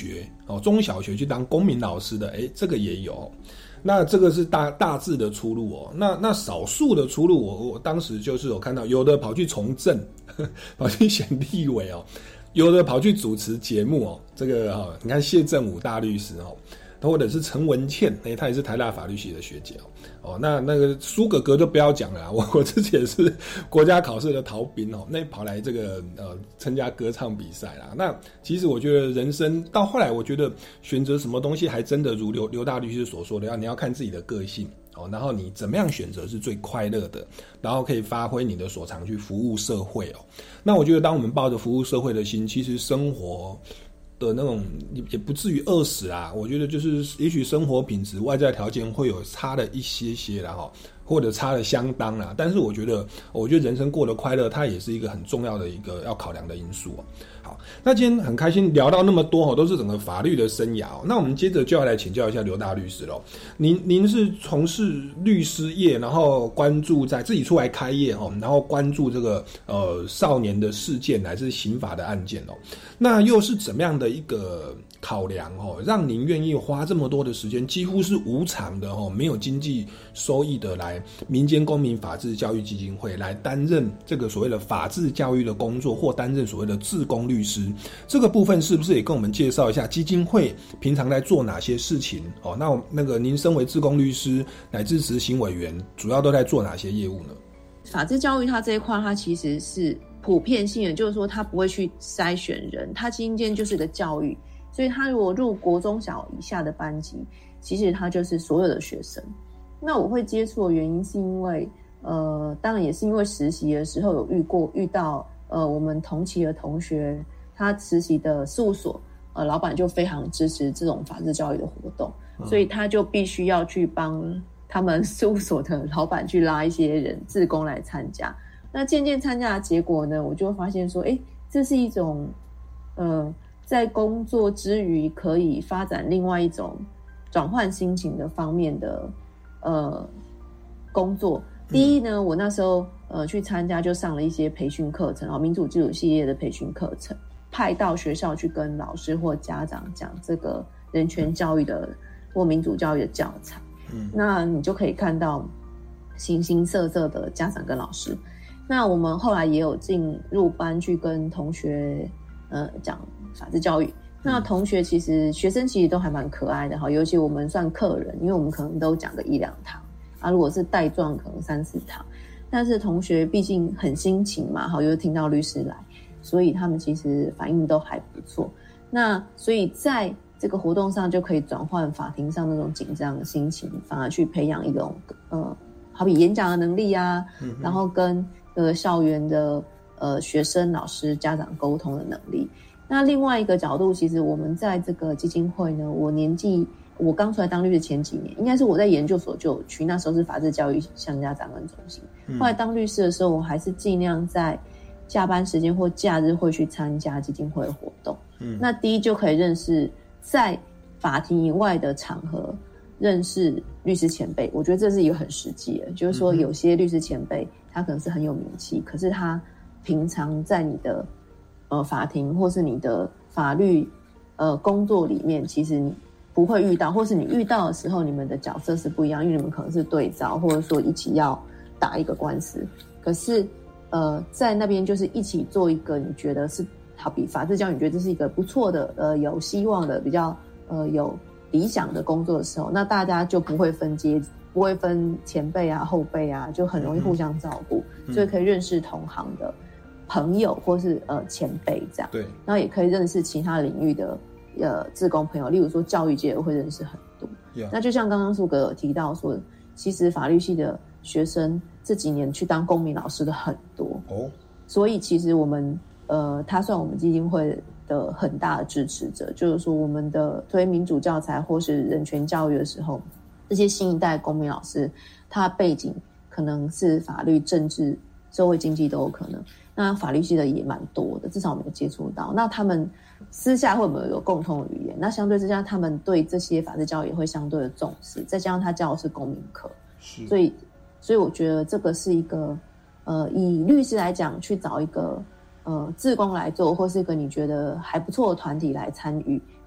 哦，中小学去当公民老师的，诶，这个也有。那这个是大大致的出路哦。那那少数的出路我，我我当时就是有看到，有的跑去从政，呵呵跑去选立委哦，有的跑去主持节目哦。这个哈、哦，你看谢振武大律师哦。或者是陈文茜，哎、欸，她也是台大法律系的学姐哦。哦，那那个苏哥哥就不要讲了啦，我我自己也是国家考试的逃兵哦，那跑来这个呃参加歌唱比赛啦。那其实我觉得人生到后来，我觉得选择什么东西还真的如刘刘大律师所说的，要你要看自己的个性哦，然后你怎么样选择是最快乐的，然后可以发挥你的所长去服务社会哦。那我觉得当我们抱着服务社会的心，其实生活的那种也不至于饿死啦，我觉得就是也许生活品质外在条件会有差了一些些啦齁，或者差了相当啦，但是我觉得我觉得人生过得快乐它也是一个很重要的一个要考量的因素哦。好，那今天很开心聊到那么多哦，都是整个法律的生涯哦。那我们接着就要来请教一下刘大律师咯。您您是从事律师业，然后关注在自己出来开业哦，然后关注这个呃少年的事件乃至刑法的案件哦。那又是怎么样的一个考量哦，让您愿意花这么多的时间，几乎是无偿的哦，没有经济收益的来民间公民法治教育基金会来担任这个所谓的法治教育的工作，或担任所谓的志工律师？这个部分是不是也跟我们介绍一下基金会平常在做哪些事情哦？那那个您身为志工律师乃至执行委员，主要都在做哪些业务呢？ 法治教育它这一块，它其实是普遍性的，就是说它不会去筛选人，它今天就是个教育，所以他如果入国中小以下的班级，其实他就是所有的学生。那我会接触的原因是因为呃，当然也是因为实习的时候有遇过遇到呃我们同期的同学，他实习的事务所呃老板就非常支持这种法治教育的活动，嗯、所以他就必须要去帮他们事务所的老板去拉一些人志工来参加。那渐渐参加的结果呢，我就会发现说，诶，这是一种呃在工作之余可以发展另外一种转换心情的方面的呃工作。第一呢，我那时候呃去参加就上了一些培训课程，民主自主系列的培训课程，派到学校去跟老师或家长讲这个人权教育的或民主教育的教材。嗯，那你就可以看到形形色色的家长跟老师。那我们后来也有进入班去跟同学呃讲法治教育。那同学其实学生其实都还蛮可爱的哈，尤其我们算客人，因为我们可能都讲个一两堂啊，如果是带状可能三四堂。但是同学毕竟很心情嘛，好，又听到律师来，所以他们其实反应都还不错。那所以在这个活动上就可以转换法庭上那种紧张的心情，反而去培养一种呃，好比演讲的能力啊，嗯、然后跟呃校园的呃学生、老师、家长沟通的能力。那另外一个角度，其实我们在这个基金会呢，我年纪我刚出来当律师前几年，应该是我在研究所就有去，那时候是法治教育向家长跟中心。后来当律师的时候，我还是尽量在下班时间或假日会去参加基金会的活动。嗯，那第一就可以认识在法庭以外的场合认识律师前辈，我觉得这是一个很实际的，就是说有些律师前辈他可能是很有名气，可是他平常在你的呃法庭或是你的法律呃工作里面，其实你不会遇到，或是你遇到的时候，你们的角色是不一样，因为你们可能是对照，或者说一起要打一个官司。可是呃在那边就是一起做一个你觉得是好比法治教育，你觉得这是一个不错的呃有希望的比较呃有理想的工作的时候，那大家就不会分阶不会分前辈啊后辈啊，就很容易互相照顾，嗯、所以可以认识同行的朋友或是呃前辈这样。对，然后也可以认识其他领域的呃志工朋友，例如说教育界会认识很多。Yeah. 那就像刚刚苏哥有提到说，其实法律系的学生这几年去当公民老师的很多哦， oh. 所以其实我们呃他算我们基金会的很大的支持者，就是说我们的推民主教材或是人权教育的时候，这些新一代公民老师他背景可能是法律、政治、社会经济都有可能，那法律系的也蛮多的，至少我们有接触到。那他们私下会不会有共同的语言？那相对之下，他们对这些法治教育也会相对的重视，再加上他教的是公民课，所以所以我觉得这个是一个呃，以律师来讲，去找一个呃志工来做，或是一个你觉得还不错的团体来参与，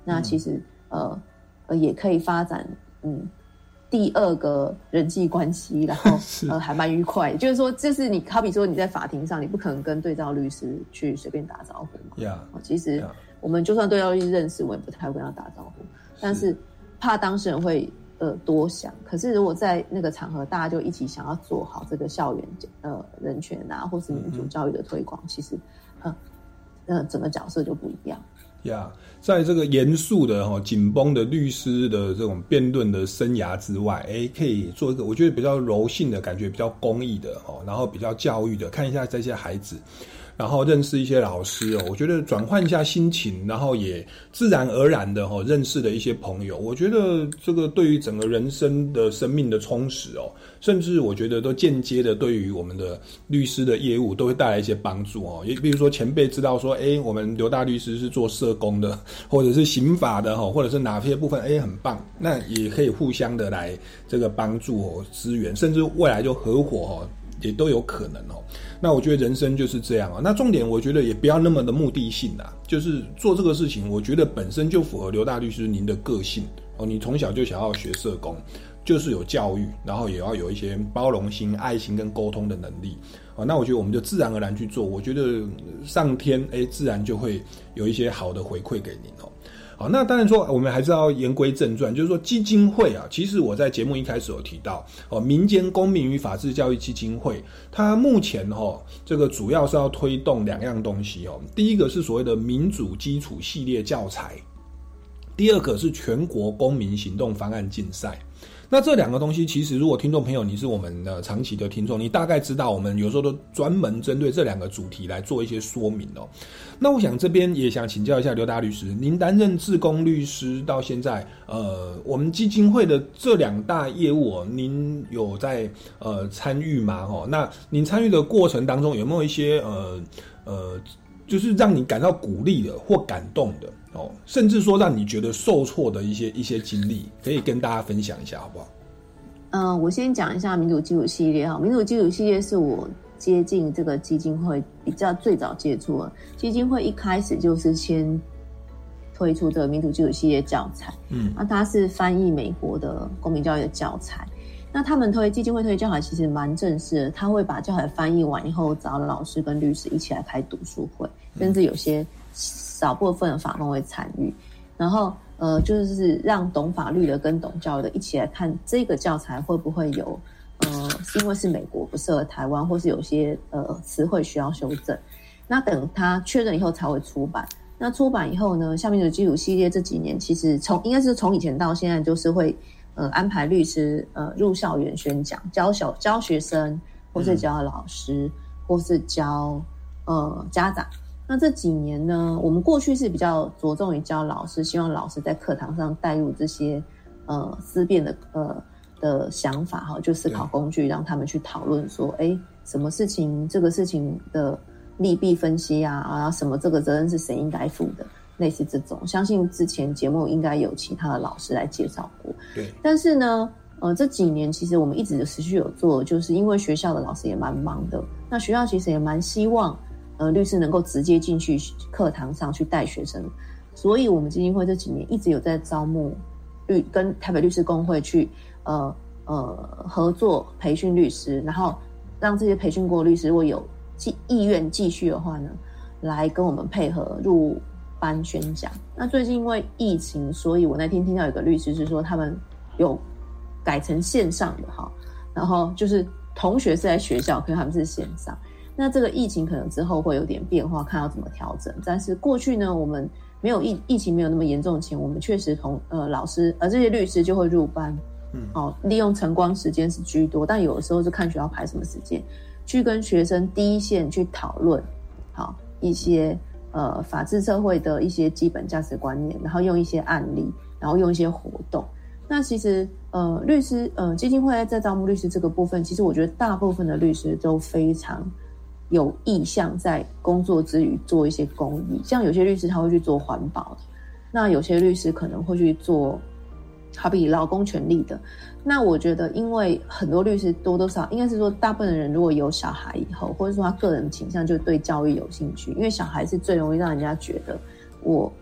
那其实、嗯、呃呃也可以发展嗯第二个人际关系，然后呃还蛮愉快。就是说，就是你好比说你在法庭上，你不可能跟对照律师去随便打招呼嘛。 Yeah, 其实 yeah. 我们就算对照律师认识，我也不太会跟他打招呼，但是怕当事人会呃多想。可是如果在那个场合，大家就一起想要做好这个校园呃人权啊，或是民主教育的推广，嗯、其实呃呃整个角色就不一样。 呀、yeah, 在这个严肃的哈紧绷的律师的这种辩论的生涯之外，哎，可以做一个我觉得比较柔性的感觉，比较公益的哦，然后比较教育的，看一下这些孩子，然后认识一些老师哦，我觉得转换一下心情，然后也自然而然的哦认识了一些朋友，我觉得这个对于整个人生的生命的充实哦，甚至我觉得都间接的对于我们的律师的业务都会带来一些帮助哦。也比如说前辈知道说，哎，我们刘大律师是做社工的，或者是刑法的哈，或者是哪些部分哎很棒，那也可以互相的来这个帮助哦支援，甚至未来就合伙哦。也都有可能哦。那我觉得人生就是这样啊。那重点我觉得也不要那么的目的性啦，就是做这个事情，我觉得本身就符合刘大律师您的个性哦。你从小就想要学社工，就是有教育，然后也要有一些包容心、爱心跟沟通的能力哦。那我觉得我们就自然而然去做，我觉得上天哎自然就会有一些好的回馈给您哦。好，那当然说我们还是要言归正传，就是说基金会啊，其实我在节目一开始有提到哦，民间公民与法治教育基金会，它目前哦，这个主要是要推动两样东西哦，第一个是所谓的民主基础系列教材，第二个是全国公民行动方案竞赛。那这两个东西，其实如果听众朋友你是我们的长期的听众，你大概知道我们有时候都专门针对这两个主题来做一些说明哦。那我想这边也想请教一下刘大律师，您担任志工律师到现在，呃，我们基金会的这两大业务哦，您有在呃参与吗？哦，那您参与的过程当中有没有一些呃呃，就是让你感到鼓励的或感动的？哦，甚至说让你觉得受挫的一些一些经历，可以跟大家分享一下，好不好？ 嗯、呃，我先讲一下民主基础系列哈。民主基础系列是我接近这个基金会比较最早接触的。基金会一开始就是先推出这个民主基础系列教材，嗯，那它是翻译美国的公民教育的教材。那他们推基金会推教材其实蛮正式的，他会把教材翻译完以后，找老师跟律师一起来开读书会，甚至有些少部分的法官会参与，然后呃，就是让懂法律的跟懂教育的一起来看这个教材会不会有呃，是因为是美国不适合台湾，或是有些呃词汇需要修正。那等他确认以后才会出版。那出版以后呢，下面的基础系列这几年其实从应该是从以前到现在就是会呃安排律师呃入校园宣讲，教小教学生，或是教老师，嗯、或是教呃家长。那这几年呢，我们过去是比较着重于教老师，希望老师在课堂上带入这些呃思辨的呃的想法哈，就思考工具，让他们去讨论说，哎，什么事情这个事情的利弊分析啊，啊，什么这个责任是谁应该负的，类似这种，相信之前节目应该有其他的老师来介绍过。对，但是呢，呃，这几年其实我们一直持续有做，就是因为学校的老师也蛮忙的，那学校其实也蛮希望。呃，律师能够直接进去课堂上去带学生，所以我们基金会这几年一直有在招募律跟台北律师公会去呃呃合作培训律师，然后让这些培训过的律师如果有意愿继续的话呢，来跟我们配合入班宣讲。那最近因为疫情，所以我那天听到有个律师是说他们有改成线上的哈，然后就是同学是在学校，可是他们是线上。那这个疫情可能之后会有点变化，看要怎么调整。但是过去呢，我们没有疫疫情没有那么严重前，我们确实同呃老师呃这些律师就会入班，嗯，哦，利用晨光时间是居多，但有的时候是看学校排什么时间，去跟学生第一线去讨论，好一些呃法治社会的一些基本价值观念，然后用一些案例，然后用一些活动。那其实呃律师呃基金会在招募律师这个部分，其实我觉得大部分的律师都非常。有意向在工作之余做一些公益，像有些律师他会去做环保的，那有些律师可能会去做好比劳工权利的。那我觉得因为很多律师多多少应该是说大部分的人如果有小孩以后，或者说他个人倾向就对教育有兴趣，因为小孩是最容易让人家觉得我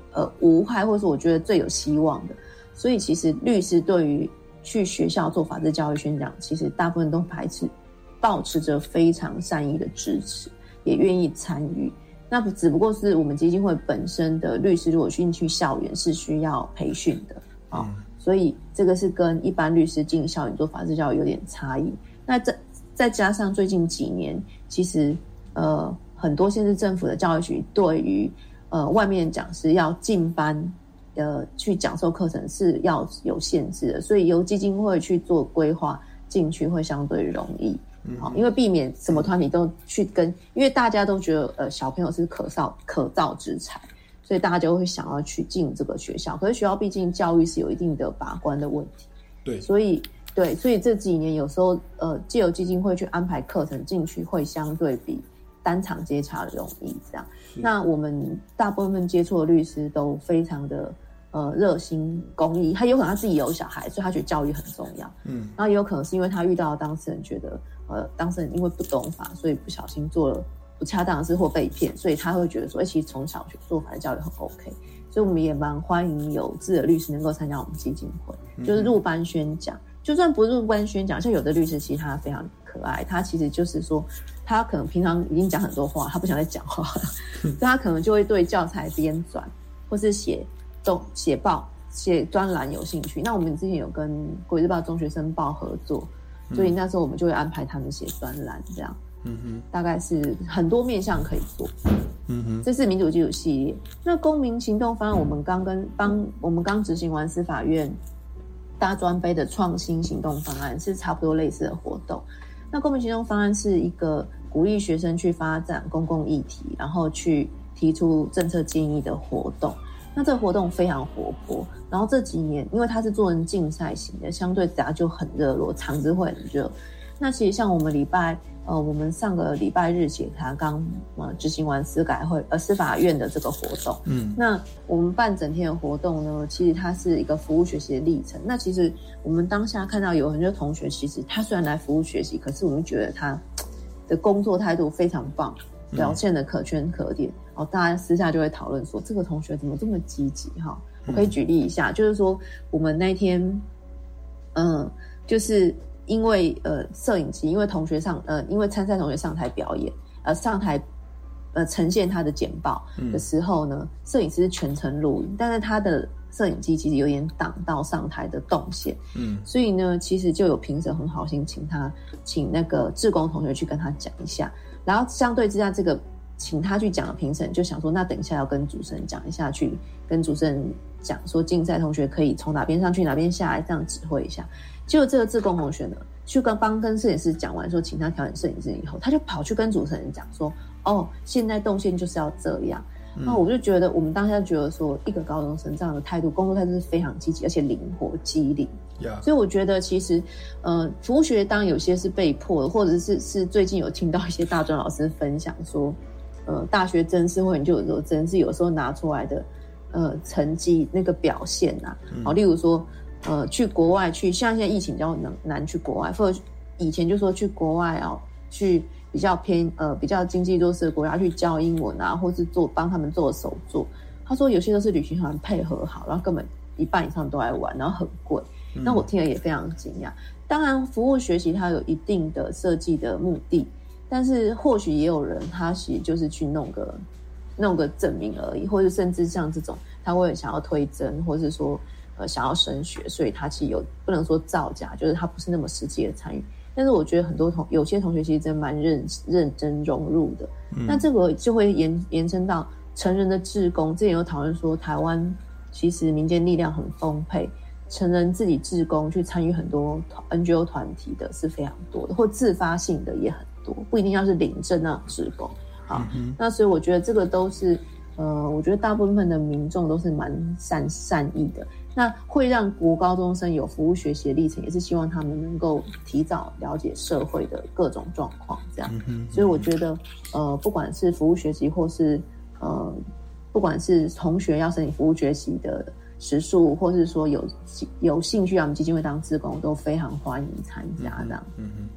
呃无害，或者是我觉得最有希望的。所以其实律师对于去学校做法治教育宣讲，其实大部分都排斥，抱持着非常善意的支持，也愿意参与。那只不过是我们基金会本身的律师，如果进去校园是需要培训的啊、嗯哦，所以这个是跟一般律师进校园做法治教育有点差异。那再再加上最近几年，其实呃很多县市政府的教育局对于呃外面讲师要进班呃去讲授课程是要有限制的，所以由基金会去做规划进去会相对容易。好，因为避免什么团体都去跟，因为大家都觉得呃小朋友是可造可造之材，所以大家就会想要去进这个学校。可是学校毕竟教育是有一定的把关的问题， 对， 所以对，所以这几年有时候呃藉由基金会去安排课程进去，会相对比单场接洽容易这样。那我们大部分接触的律师都非常的呃热心公益，他有可能他自己有小孩，所以他觉得教育很重要，嗯，然后也有可能是因为他遇到的当事人觉得。呃，当事人因为不懂法，所以不小心做了不恰当的事或被骗，所以他会觉得说，欸、其实从小学做法律教育很 OK， 所以我们也蛮欢迎有志的律师能够参加我们基金会，嗯、就是入班宣讲。就算不入班宣讲，像有的律师其实他非常可爱，他其实就是说，他可能平常已经讲很多话，他不想再讲话了，所以他可能就会对教材编纂或是写中写报、写专栏有兴趣。那我们之前有跟国语日报中学生报合作。所以那时候我们就会安排他们写专栏，这样，嗯哼，大概是很多面向可以做，嗯哼，这是民主基础系列。那公民行动方案，我们刚跟帮我们刚执行完司法院大专杯的创新行动方案，是差不多类似的活动。那公民行动方案是一个鼓励学生去发展公共议题，然后去提出政策建议的活动。那这个活动非常活泼，然后这几年因为它是做成竞赛型的，相对大家就很热络，场子会很热。那其实像我们礼拜呃，我们上个礼拜日前才刚呃执行完司改会呃司法院的这个活动，嗯，那我们办整天的活动呢，其实它是一个服务学习的历程。那其实我们当下看到有很多同学，其实他虽然来服务学习，可是我们觉得他的工作态度非常棒。表现的可圈可点、嗯、哦，大家私下就会讨论说这个同学怎么这么积极哈？我可以举例一下，嗯、就是说我们那天，嗯、呃，就是因为呃摄影机，因为同学上呃因为参赛同学上台表演，呃上台呃呈现他的简报的时候呢，摄、嗯、影师是全程录影，但是他的摄影机其实有点挡到上台的动线，嗯，所以呢，其实就有评审很好心请他请那个志工同学去跟他讲一下。然后相对之下，这个请他去讲的评审就想说，那等一下要跟主持人讲一下，去跟主持人讲说竞赛同学可以从哪边上去哪边下来，这样指挥一下。结果这个志工同学呢，去跟帮跟摄影师讲完说请他调整摄影师以后，他就跑去跟主持人讲说，哦，现在动线就是要这样。那我就觉得我们当下觉得说，一个高中生这样的态度，工作态度是非常积极而且灵活机灵。Yeah. 所以我觉得其实，呃，服务学当然有些是被迫的，或者是是最近有听到一些大专老师分享说，呃，大学甄试或研究的时候，甄试有时候拿出来的呃成绩那个表现啊，好、嗯，例如说，呃，去国外去，像现在疫情比较难难去国外，或者以前就说去国外啊，去。比较偏呃比较经济弱势的国家去教英文啊，或是做帮他们做手作。他说有些都是旅行团配合好，然后根本一半以上都在玩，然后很贵。嗯、那我听了也非常惊讶。当然，服务学习它有一定的设计的目的，但是或许也有人他其实就是去弄个弄个证明而已，或者甚至像这种他会想要推甄，或是说呃想要升学，所以他其实有不能说造假，就是他不是那么实际的参与。但是我觉得很多同有些同学其实真蛮认认真融入的，嗯、那这个就会延延伸到成人的志工。之前有讨论说，台湾其实民间力量很丰沛，成人自己志工去参与很多 N G O 团体的是非常多的，或自发性的也很多，不一定要是领证那种志工。好，嗯、那所以我觉得这个都是呃，我觉得大部分的民众都是蛮善善意的。那会让国高中生有服务学习的历程，也是希望他们能够提早了解社会的各种状况，这样。嗯、所以我觉得，呃，不管是服务学习，或是呃，不管是同学要申请服务学习的时数，或是说有有兴趣让我们基金会当志工，都非常欢迎参加这样。嗯嗯。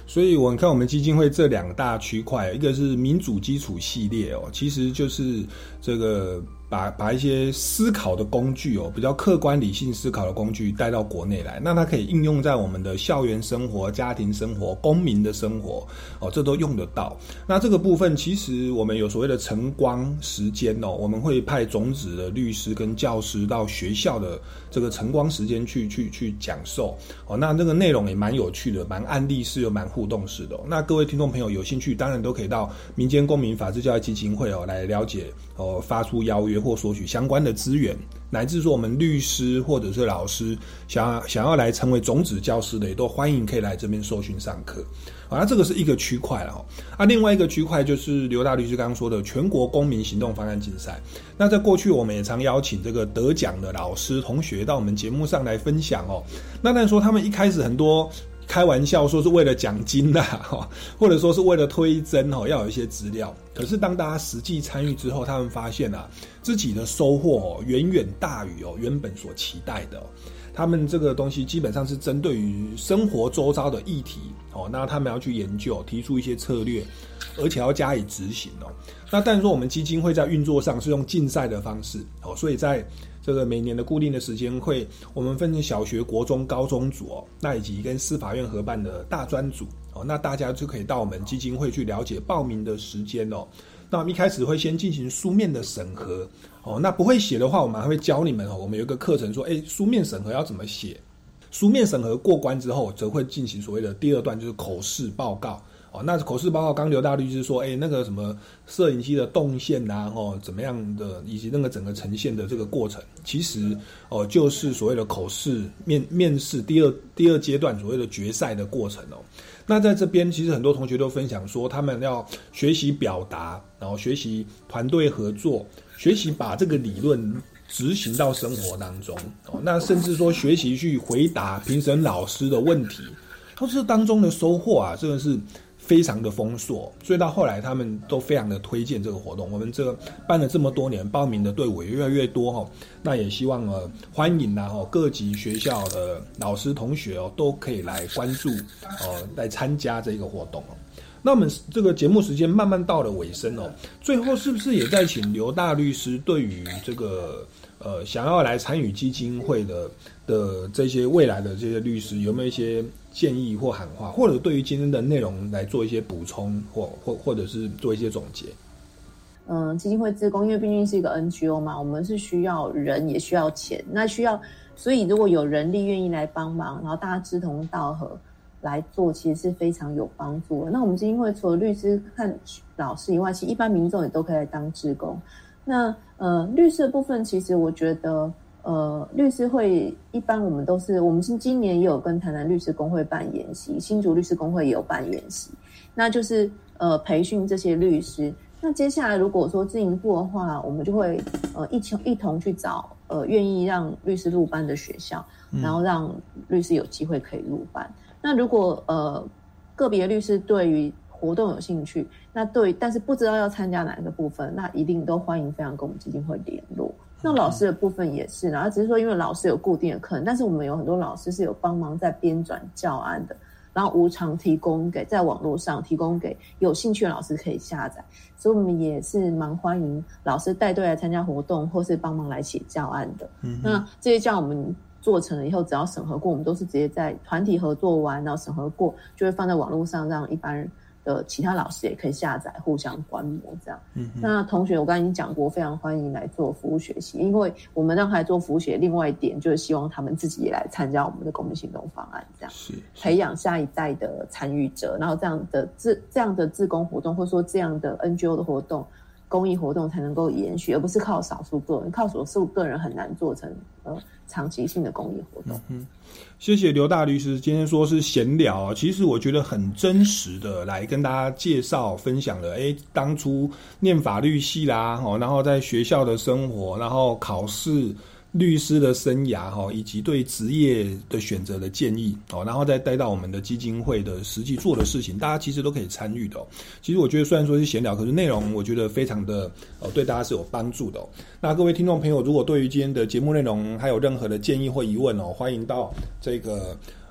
所以我看我们基金会这两大区块，一个是民主基础系列哦，其实就是这个把把一些思考的工具哦，比较客观理性思考的工具带到国内来，那它可以应用在我们的校园生活、家庭生活、公民的生活哦，这都用得到。那这个部分其实我们有所谓的晨光时间哦，我们会派种子的律师跟教师到学校的这个晨光时间去去去讲授哦，那这个内容也蛮有趣的，蛮案例式又蛮互动式的哦。那各位听众朋友有兴趣，当然都可以到民间公民法治教育基金会哦来了解哦，发出邀约或索取相关的资源，乃至说我们律师或者是老师想要想要来成为种子教师的，也都欢迎可以来这边受训上课。好，那这个是一个区块了哈。啊，另外一个区块就是刘大律师刚刚说的全国公民行动方案竞赛。那在过去我们也常邀请这个得奖的老师同学到我们节目上来分享哦。那但说他们一开始很多开玩笑说是为了奖金啦，或者说是为了推甄哦，要有一些资料。可是当大家实际参与之后，他们发现啊，自己的收获哦远远大于哦原本所期待的哦。他们这个东西基本上是针对于生活周遭的议题哦，那他们要去研究，提出一些策略，而且要加以执行哦。那但是说我们基金会在运作上是用竞赛的方式哦，所以在这个每年的固定的时间会，我们分成小学、国中、高中组哦，那以及跟司法院合办的大专组哦，那大家就可以到我们基金会去了解报名的时间哦。那我们一开始会先进行书面的审核哦，那不会写的话，我们还会教你们哦。我们有一个课程说，哎，书面审核要怎么写？书面审核过关之后，则会进行所谓的第二段，就是口试报告哦。那口试报告，刚刘大律师说，哎，那个什么摄影机的动线啊，哦，怎么样的，以及那个整个呈现的这个过程，其实哦，就是所谓的口试面面试第二第二阶段所谓的决赛的过程哦。那在这边，其实很多同学都分享说，他们要学习表达，然后学习团队合作，学习把这个理论执行到生活当中哦。那甚至说学习去回答评审老师的问题，都是当中的收获啊，真的是非常的丰硕。所以到后来，他们都非常的推荐这个活动。我们这个办了这么多年，报名的队伍也越来越多哈。那也希望呃欢迎啊哈各级学校的老师同学哦都可以来关注哦来参加这个活动哦。那我们这个节目时间慢慢到了尾声哦，最后是不是也在请刘大律师对于这个呃想要来参与基金会的的这些未来的这些律师有没有一些建议或喊话，或者对于今天的内容来做一些补充或或或者是做一些总结？ 嗯，基金会志工因为毕竟是一个 N G O 嘛，我们是需要人也需要钱，那需要，所以如果有人力愿意来帮忙，然后大家志同道合来做，其实是非常有帮助的。那我们基金会除了律师和老师以外，其实一般民众也都可以来当志工。那呃，律师的部分，其实我觉得呃，律师会一般我们都是，我们今年也有跟台南律师公会办研习，新竹律师公会也有办研习，那就是呃培训这些律师。那接下来如果说进一步的话，我们就会呃一起一同去找呃愿意让律师入班的学校，然后让律师有机会可以入班。嗯、那如果呃个别律师对于活动有兴趣，那对但是不知道要参加哪一个部分，那一定都欢迎非常跟我们基金会联络。那老师的部分也是，然后只是说因为老师有固定的课程，但是我们有很多老师是有帮忙在编转教案的。然后无偿提供给在网络上提供给有兴趣的老师可以下载，所以我们也是蛮欢迎老师带队来参加活动，或是帮忙来写教案的。嗯、那这些教案我们做成了以后，只要审核过，我们都是直接在团体合作完，然后审核过，就会放在网络上，让一般人的其他老师也可以下载，互相观摩这样。嗯、那同学，我刚才已经讲过，非常欢迎来做服务学习，因为我们让他来做服务学，另外一点就是希望他们自己也来参加我们的公民行动方案，这样是培养下一代的参与者，然后这样的自这样的志工活动，或者说这样的 N G O 的活动、公益活动才能够延续，而不是靠少数个人，靠少数个人很难做成呃长期性的公益活动。 嗯，谢谢刘大律师，今天说是闲聊啊，其实我觉得很真实的来跟大家介绍分享了，诶，当初念法律系啦，哦，然后在学校的生活，然后考试律师的生涯哈，以及对职业的选择的建议哦，然后再带到我们的基金会的实际做的事情，大家其实都可以参与的哦。其实我觉得虽然说是闲聊，可是内容我觉得非常的哦，对大家是有帮助的哦。那各位听众朋友，如果对于今天的节目内容还有任何的建议或疑问哦，欢迎到这个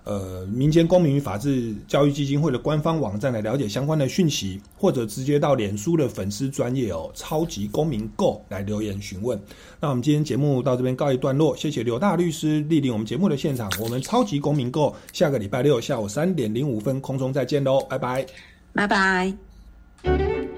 呃民间公民与法治教育基金会的官方网站来了解相关的讯息，或者直接到脸书的粉丝专页哦，超级公民购来留言询问。那我们今天节目到这边告一段落，谢谢刘大律师莅临我们节目的现场。我们超级公民购下个礼拜六下午三点零五分空中再见喽，拜拜， 拜拜。